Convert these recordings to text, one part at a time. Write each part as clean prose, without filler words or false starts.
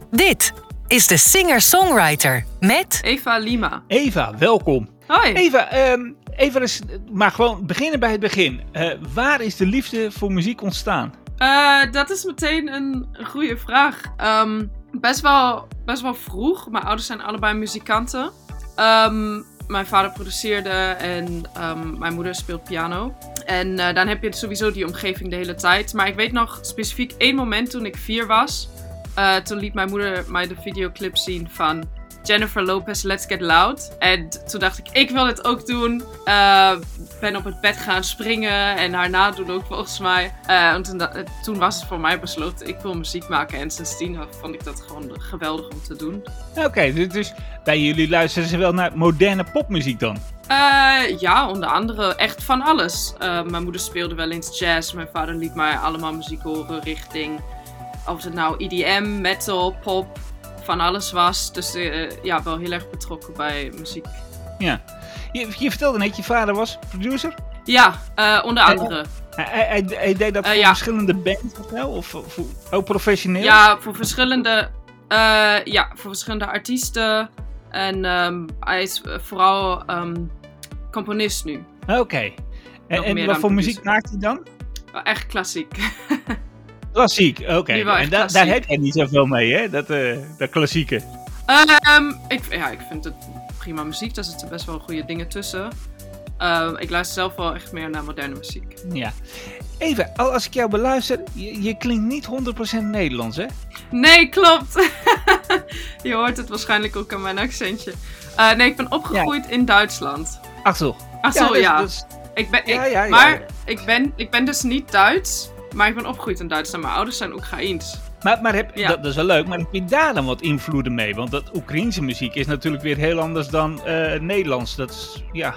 Dit is de Singer-Songwriter met Eva Lima. Eva, welkom. Hoi. Eva, maar gewoon beginnen bij het begin. Waar is de liefde voor muziek ontstaan? Dat is meteen een goede vraag. Best wel vroeg. Mijn ouders zijn allebei muzikanten. Mijn vader produceerde en mijn moeder speelt piano. En dan heb je sowieso die omgeving de hele tijd. Maar ik weet nog specifiek 1 moment toen ik 4 was. Toen liet mijn moeder mij de videoclip zien van Jennifer Lopez, Let's Get Loud. En toen dacht ik wil dit ook doen. Ben op het bed gaan springen en haar nadoen ook volgens mij. En toen was het voor mij besloten, ik wil muziek maken. En sindsdien vond ik dat gewoon geweldig om te doen. Oké, dus bij jullie luisteren ze wel naar moderne popmuziek dan? Ja, onder andere echt van alles. Mijn moeder speelde wel eens jazz. Mijn vader liet mij allemaal muziek horen richting... Of het nou EDM, metal, pop, van alles was. Dus ja, wel heel erg betrokken bij muziek. Ja. Je vertelde net, je vader was producer? Ja, onder andere. Hij deed dat voor verschillende bands of wel? Of ook professioneel? Ja, voor verschillende artiesten. En hij is vooral componist nu. Oké. En wat voor muziek maakt hij dan? Echt klassiek. Klassiek, oké. En daar heb je niet zoveel mee, hè? Dat klassieke. Ik vind het prima muziek. Daar zitten best wel goede dingen tussen. Ik luister zelf wel echt meer naar moderne muziek. Ja. Even, als ik jou beluister, je klinkt niet 100% Nederlands, hè? Nee, klopt. Je hoort het waarschijnlijk ook aan mijn accentje. Nee, ik ben opgegroeid in Duitsland. Ach zo. Ik ben dus niet Duits... Maar ik ben opgegroeid in Duitsland. Mijn ouders zijn Oekraïens. Dat is wel leuk. Maar heb je daar dan wat invloeden mee? Want dat Oekraïense muziek is natuurlijk weer heel anders dan Nederlands. Dat is, ja...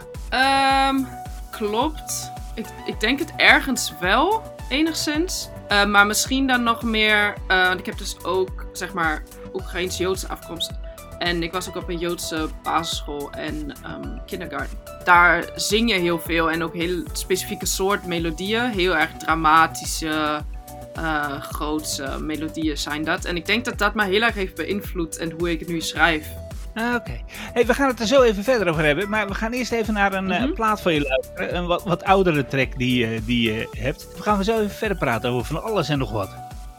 Klopt. Ik denk het ergens wel, enigszins. Maar misschien dan nog meer... want ik heb dus ook, zeg maar, Oekraïens-Joodse afkomst. En ik was ook op een Joodse basisschool en kindergarten. Daar zing je heel veel en ook heel specifieke soort melodieën. Heel erg dramatische, grootse melodieën zijn dat. En ik denk dat dat me heel erg heeft beïnvloed en hoe ik het nu schrijf. Oké. Hey, we gaan het er zo even verder over hebben. Maar we gaan eerst even naar een plaat van je luisteren. Een wat oudere track die je hebt. We gaan zo even verder praten over van alles en nog wat.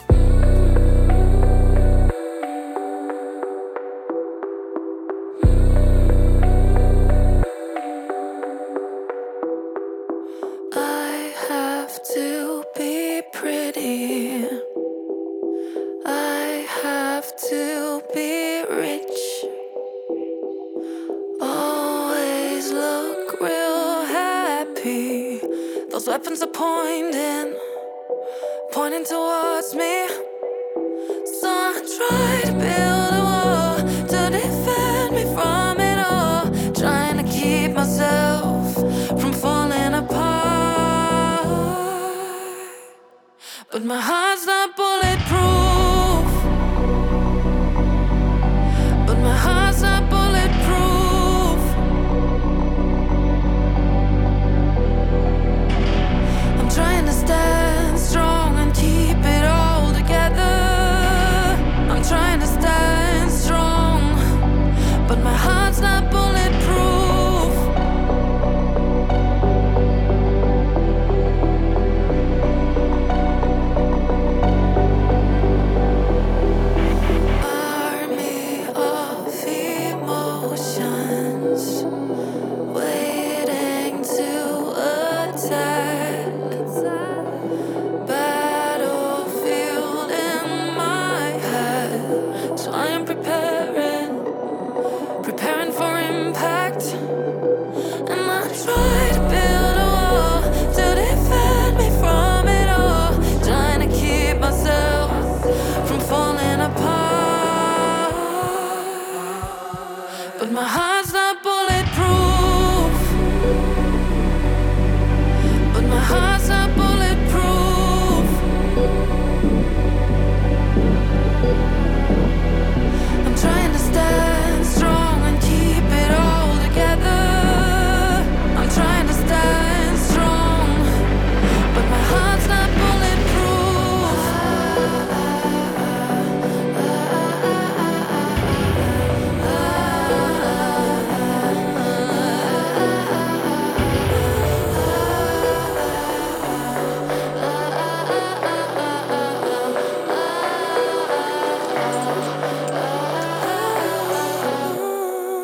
Weapons are pointing towards me. So I try to build a wall to defend me from it all. Trying to keep myself from falling apart. But my heart's not bulletproof. But my heart's not bulletproof. Trying to stand strong and keep it all together. I'm trying to stand strong, but my heart's not bulletproof. Army of emotions waiting to attack. Battlefield in my head, so I am preparing for impact. And I try to build a wall to defend me from it all. Trying to keep myself from falling apart. But my heart's not bulletproof. But my heart's not bulletproof. I'm trying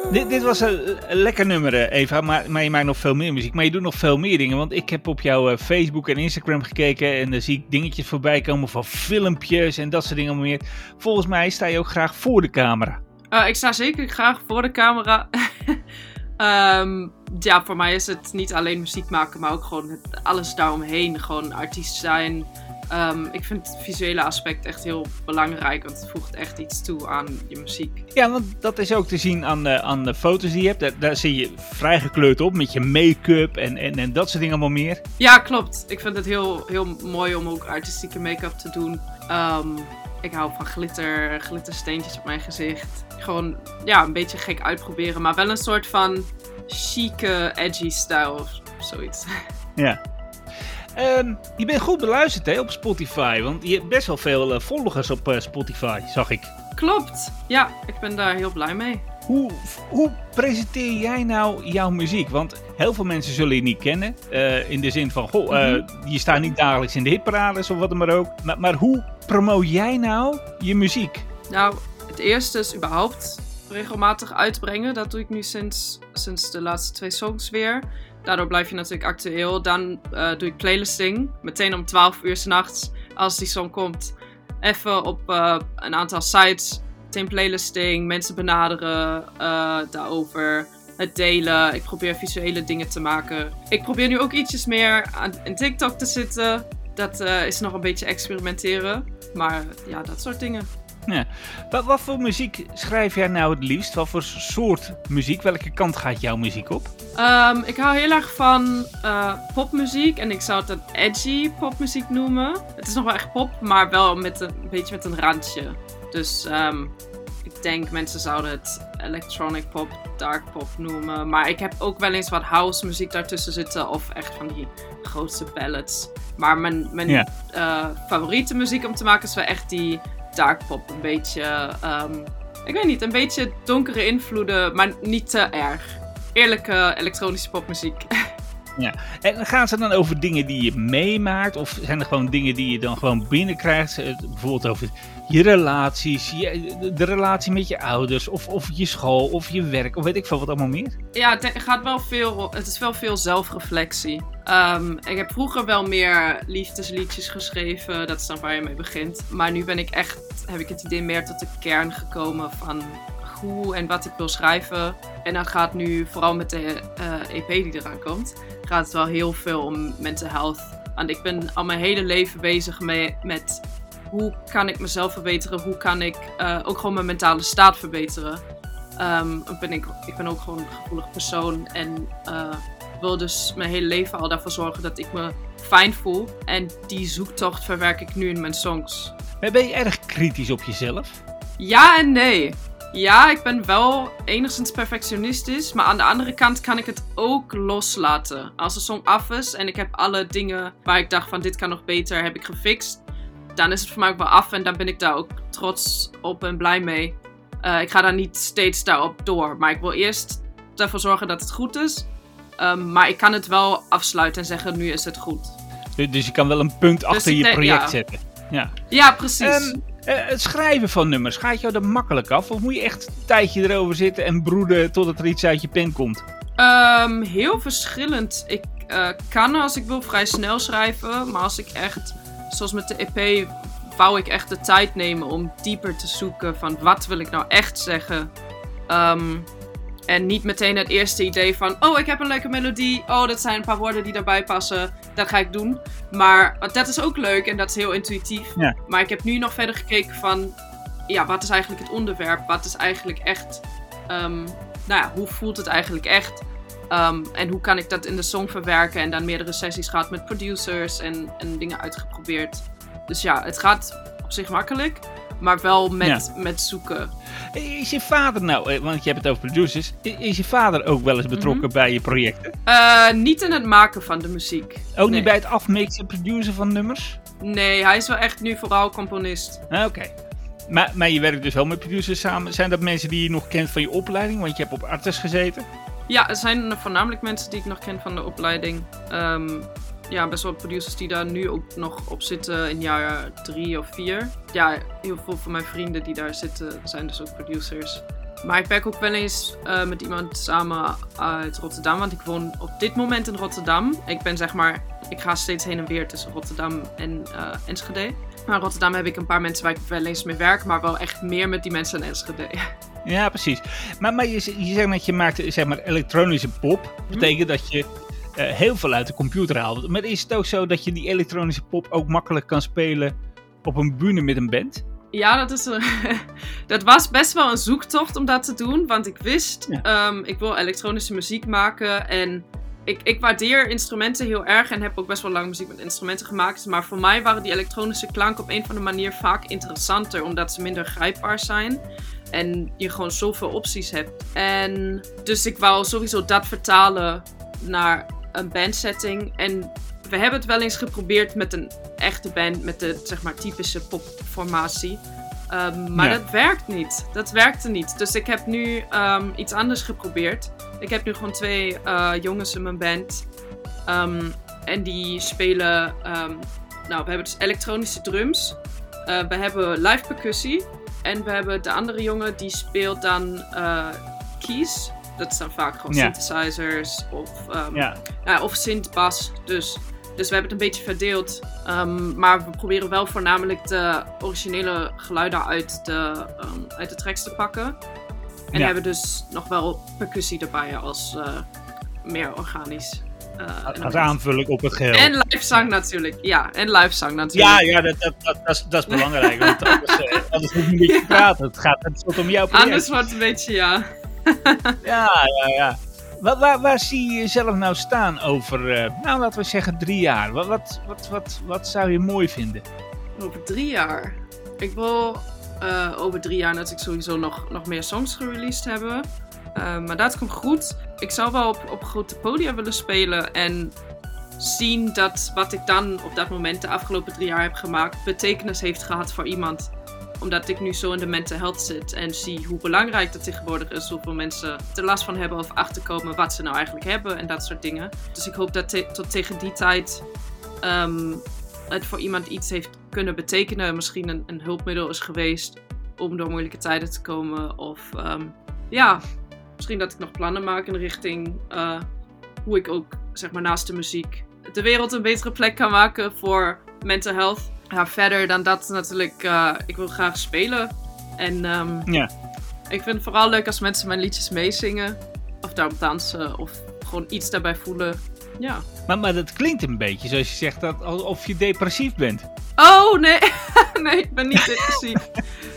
Dit was een lekker nummer, Eva, maar je maakt nog veel meer muziek. Maar je doet nog veel meer dingen, want ik heb op jouw Facebook en Instagram gekeken en daar zie ik dingetjes voorbij komen van filmpjes en dat soort dingen meer. Volgens mij sta je ook graag voor de camera. Ik sta zeker graag voor de camera. Ja, voor mij is het niet alleen muziek maken, maar ook gewoon alles daaromheen. Gewoon artiest zijn. Ik vind het visuele aspect echt heel belangrijk, want het voegt echt iets toe aan je muziek. Ja, want dat is ook te zien aan de foto's die je hebt. Daar zie je vrij gekleurd op met je make-up en dat soort dingen allemaal meer. Ja, klopt. Ik vind het heel mooi om ook artistieke make-up te doen. Ik hou van glittersteentjes op mijn gezicht. Gewoon een beetje gek uitproberen, maar wel een soort van chique, edgy stijl of zoiets. Ja. Je bent goed beluisterd hè, op Spotify, want je hebt best wel veel volgers op Spotify, zag ik. Klopt. Ja, ik ben daar heel blij mee. Hoe presenteer jij nou jouw muziek? Want heel veel mensen zullen je niet kennen. In de zin van, je staat niet dagelijks in de hitparades of wat dan maar ook. Maar hoe promoot jij nou je muziek? Nou, het eerste is überhaupt regelmatig uitbrengen. Dat doe ik nu sinds de laatste 2 songs weer. Daardoor blijf je natuurlijk actueel. Dan doe ik playlisting. Meteen om 12 uur 's nachts, als die song komt. Even op een aantal sites. Meteen playlisting. Mensen benaderen daarover. Het delen. Ik probeer visuele dingen te maken. Ik probeer nu ook ietsjes meer in TikTok te zitten. Dat is nog een beetje experimenteren. Maar ja, dat soort dingen. Ja. Wat voor muziek schrijf jij nou het liefst? Wat voor soort muziek? Welke kant gaat jouw muziek op? Ik hou heel erg van popmuziek. En ik zou het een edgy popmuziek noemen. Het is nog wel echt pop, maar wel een beetje met een randje. Dus ik denk mensen zouden het electronic pop, dark pop noemen. Maar ik heb ook wel eens wat house muziek daartussen zitten. Of echt van die grootste ballads. Maar mijn favoriete muziek om te maken is wel echt die dark pop. Een beetje, ik weet niet, een beetje donkere invloeden, maar niet te erg. Eerlijke elektronische popmuziek. Ja. En gaan ze dan over dingen die je meemaakt? Of zijn er gewoon dingen die je dan gewoon binnenkrijgt? Bijvoorbeeld over je relaties, de relatie met je ouders, of je school, of je werk, of weet ik veel wat allemaal meer? Ja, het is wel veel zelfreflectie. Ik heb vroeger wel meer liefdesliedjes geschreven, dat is dan waar je mee begint. Maar nu heb ik het idee meer tot de kern gekomen van hoe en wat ik wil schrijven. En dan gaat nu, vooral met de EP die eraan komt, gaat het wel heel veel om mental health. Want ik ben al mijn hele leven bezig met hoe kan ik mezelf verbeteren? Hoe kan ik ook gewoon mijn mentale staat verbeteren? Ik ben ook gewoon een gevoelig persoon en wil dus mijn hele leven al daarvoor zorgen dat ik me fijn voel. En die zoektocht verwerk ik nu in mijn songs. Ben je erg kritisch op jezelf? Ja en nee. Ja, ik ben wel enigszins perfectionistisch, maar aan de andere kant kan ik het ook loslaten. Als de song af is en ik heb alle dingen waar ik dacht van dit kan nog beter, heb ik gefixt, dan is het voor mij ook wel af en dan ben ik daar ook trots op en blij mee. Ik ga daar niet steeds daarop door, maar ik wil eerst ervoor zorgen dat het goed is. Maar ik kan het wel afsluiten en zeggen nu is het goed. Dus je kan wel een punt achter je project zetten. Ja, precies. Het schrijven van nummers, gaat jou er makkelijk af? Of moet je echt een tijdje erover zitten en broeden totdat er iets uit je pen komt? Heel verschillend. Ik kan als ik wil vrij snel schrijven. Maar als ik echt, zoals met de EP, wou ik echt de tijd nemen om dieper te zoeken van wat wil ik nou echt zeggen. En niet meteen het eerste idee van, oh, ik heb een leuke melodie. Oh, dat zijn een paar woorden die daarbij passen. Dat ga ik doen. Maar dat is ook leuk en dat is heel intuïtief. Ja. Maar ik heb nu nog verder gekeken van, ja, wat is eigenlijk het onderwerp? Wat is eigenlijk echt, hoe voelt het eigenlijk echt? En hoe kan ik dat in de song verwerken? En dan meerdere sessies gehad met producers en dingen uitgeprobeerd. Dus ja, het gaat op zich makkelijk. Maar wel met zoeken. Is je vader nou, want je hebt het over producers, is je vader ook wel eens betrokken bij je projecten? Niet in het maken van de muziek. Ook niet bij het afmixen en produceren van nummers? Nee, hij is wel echt nu vooral componist. Oké. Maar je werkt dus wel met producers samen. Zijn dat mensen die je nog kent van je opleiding? Want je hebt op Artes gezeten. Ja, het zijn voornamelijk mensen die ik nog ken van de opleiding. Best wel producers die daar nu ook nog op zitten in jaar 3 of 4. Ja, heel veel van mijn vrienden die daar zitten zijn dus ook producers. Maar ik werk ook wel eens met iemand samen uit Rotterdam. Want ik woon op dit moment in Rotterdam. Ik ga steeds heen en weer tussen Rotterdam en Enschede. Maar in Rotterdam heb ik een paar mensen waar ik wel eens mee werk. Maar wel echt meer met die mensen in Enschede. Ja, precies. Maar je zegt dat je maakt zeg maar elektronische pop. Betekent dat je heel veel uit de computer haalt. Maar is het ook zo dat je die elektronische pop ook makkelijk kan spelen op een bühne met een band? Ja, dat was best wel een zoektocht om dat te doen. Want ik wist, ik wil elektronische muziek maken. En ik waardeer instrumenten heel erg. En heb ook best wel lang muziek met instrumenten gemaakt. Maar voor mij waren die elektronische klanken op een of andere manier vaak interessanter. Omdat ze minder grijpbaar zijn. En je gewoon zoveel opties hebt. En dus ik wou sowieso dat vertalen naar een bandsetting. En we hebben het wel eens geprobeerd met een echte band. Met de zeg maar typische popformatie. Maar dat werkt niet. Dat werkte niet. Dus ik heb nu iets anders geprobeerd. Ik heb nu gewoon 2 jongens in mijn band. En die spelen... we hebben dus elektronische drums. We hebben live percussie. En we hebben de andere jongen die speelt dan keys. Dat zijn vaak gewoon synthesizers of synthbas. Dus we hebben het een beetje verdeeld. Maar we proberen wel voornamelijk de originele geluiden uit de tracks te pakken. En hebben dus nog wel percussie erbij als meer organisch. Als aanvulling op het geheel. En live zang natuurlijk. Ja, dat is belangrijk. Want anders moet je een beetje praten. Het gaat tenslotte om jouw project. Anders wordt het een beetje, Ja. Waar zie je jezelf nou staan over, laten we zeggen 3 jaar? Wat zou je mooi vinden? Over 3 jaar? Ik wil over 3 jaar natuurlijk sowieso nog meer songs gereleased hebben. Maar dat komt goed. Ik zou wel op grote podia willen spelen en zien dat wat ik dan op dat moment de afgelopen 3 jaar heb gemaakt betekenis heeft gehad voor iemand. Omdat ik nu zo in de mental health zit en zie hoe belangrijk dat tegenwoordig is. Hoeveel mensen er last van hebben of achterkomen wat ze nou eigenlijk hebben en dat soort dingen. Dus ik hoop dat tot tegen die tijd het voor iemand iets heeft kunnen betekenen. Misschien een hulpmiddel is geweest om door moeilijke tijden te komen. Of misschien dat ik nog plannen maak in de richting hoe ik ook zeg maar naast de muziek de wereld een betere plek kan maken voor mental health. Ja, verder dan dat natuurlijk, ik wil graag spelen. En ik vind het vooral leuk als mensen mijn liedjes meezingen. Of daarop dansen. Of gewoon iets daarbij voelen. Ja. Maar dat klinkt een beetje zoals je zegt alsof je depressief bent. Oh, nee. Nee, ik ben niet depressief.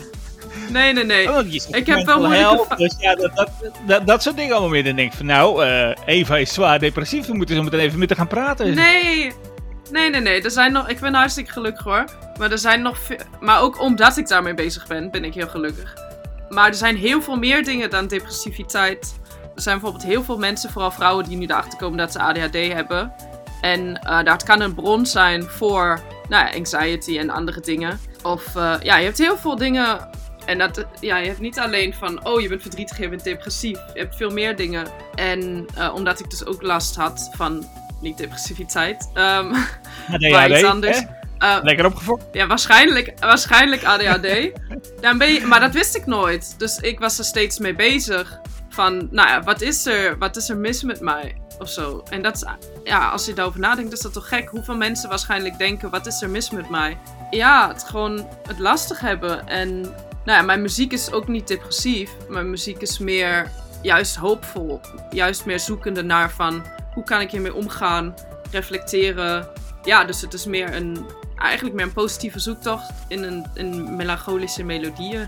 Nee. Oh, ik heb wel moeilijke... Dus dat soort dingen allemaal meer. Dan denk ik van Eva is zwaar depressief. We moeten zo meteen even met haar gaan praten. Nee. Er zijn nog... Ik ben hartstikke gelukkig hoor. Maar er zijn nog veel... Maar ook omdat ik daarmee bezig ben ik heel gelukkig. Maar er zijn heel veel meer dingen dan depressiviteit. Er zijn bijvoorbeeld heel veel mensen, vooral vrouwen, die nu erachter komen dat ze ADHD hebben. En dat kan een bron zijn voor anxiety en andere dingen. Of je hebt heel veel dingen... En je hebt niet alleen van, je bent verdrietig, je bent depressief. Je hebt veel meer dingen. En omdat ik dus ook last had van... Niet depressiviteit. Maar iets anders. Lekker opgefokt. Ja, waarschijnlijk ADHD. Maar dat wist ik nooit. Dus ik was er steeds mee bezig. Van, wat is er mis met mij? Of zo. En dat is, als je daarover nadenkt, is dat toch gek. Hoeveel mensen waarschijnlijk denken, wat is er mis met mij? Ja, het lastig hebben. En mijn muziek is ook niet depressief. Mijn muziek is meer juist hoopvol. Juist meer zoekende naar van... Hoe kan ik hiermee omgaan? Reflecteren. Ja, dus het is eigenlijk meer een positieve zoektocht in melancholische melodieën.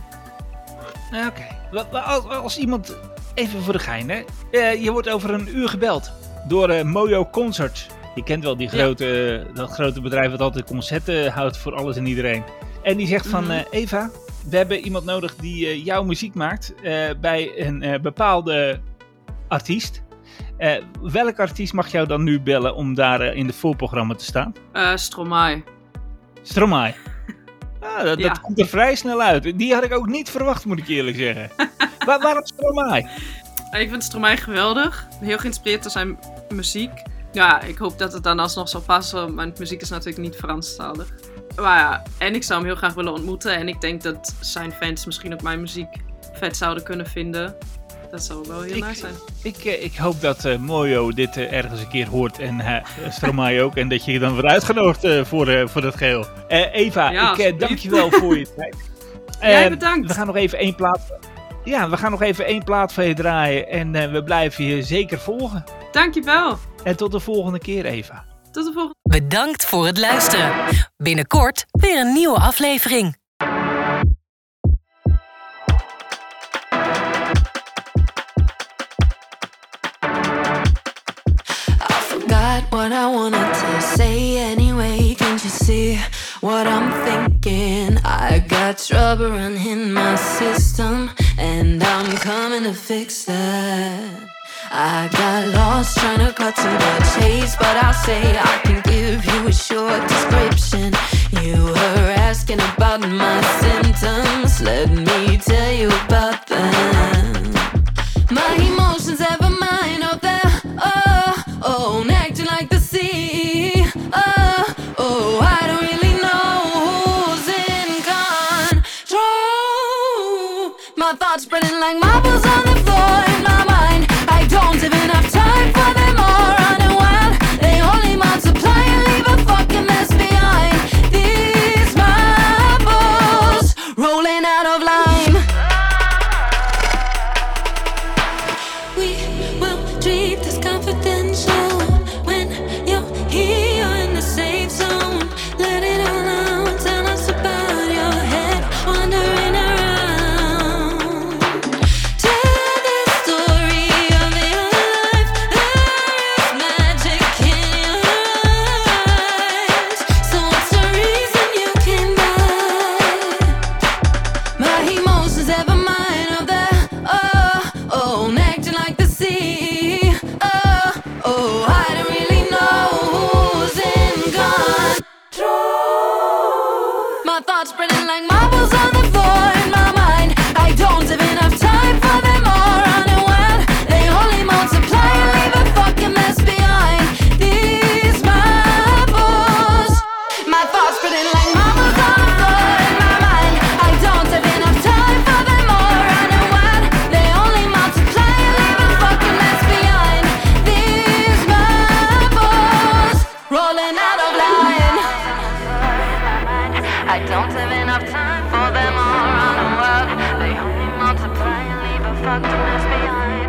Oké. Als iemand, even voor de gein, hè. Je wordt over een uur gebeld door Mojo Concerts. Je kent wel dat grote bedrijf dat altijd concerten houdt voor alles en iedereen. En die zegt van, Eva, we hebben iemand nodig die jouw muziek maakt bij een bepaalde artiest. Welk artiest mag jou dan nu bellen om daar in het voorprogramma te staan? Stromae. Stromae. Dat komt er vrij snel uit. Die had ik ook niet verwacht, moet ik eerlijk zeggen. Waarom Stromae? Ik vind Stromae geweldig. Heel geïnspireerd door zijn muziek. Ja, ik hoop dat het dan alsnog zal passen. Mijn muziek is natuurlijk niet Franstalig. Maar en ik zou hem heel graag willen ontmoeten. En ik denk dat zijn fans misschien ook mijn muziek vet zouden kunnen vinden. Dat zou wel heel nice zijn. Ik hoop dat Mojo dit ergens een keer hoort en Stromae ook. En dat je je dan wordt uitgenodigd voor dat geheel. Eva, ik dank je wel voor je tijd. Jij bedankt. We gaan nog even één plaat van je draaien. En we blijven je zeker volgen. Dankjewel. En tot de volgende keer, Eva. Tot de volgende. Bedankt voor het luisteren. Binnenkort weer een nieuwe aflevering. What I wanted to say anyway, can't you see what I'm thinking? I got trouble running my system, and I'm coming to fix that. I got lost trying to cut to the chase, but I'll say I can give you a short description. You were asking about my symptoms, let me tell you about them. My emotions have a mind of their own, acting like the sea. I don't really know who's in control. My thoughts spreading like marbles on the floor in my mind. I don't have enough time for them all, running wild. They only multiply and leave a fucking mess behind. These marbles rolling out of line. We will treat this confidential. When you're here, you're in the safe zone. Let it all out, tell us about your head wandering around. Tell the story of your life. There is magic in your eyes. So what's the reason you came back? My emotions have a mind of their own, acting like the sea. I don't really know who's in control. My thoughts spreading like marbles on the floor in my mind. I don't have enough time for them all, running wild. They only multiply and leave a fucking mess behind. These marbles. My thoughts spreading like marbles on the floor in my mind. I don't have enough time for them all, running wild. They only multiply and leave a fucking mess behind. These marbles rolling out of line. I don't have enough time for them all, running wild. They only multiply and leave a fucking mess behind.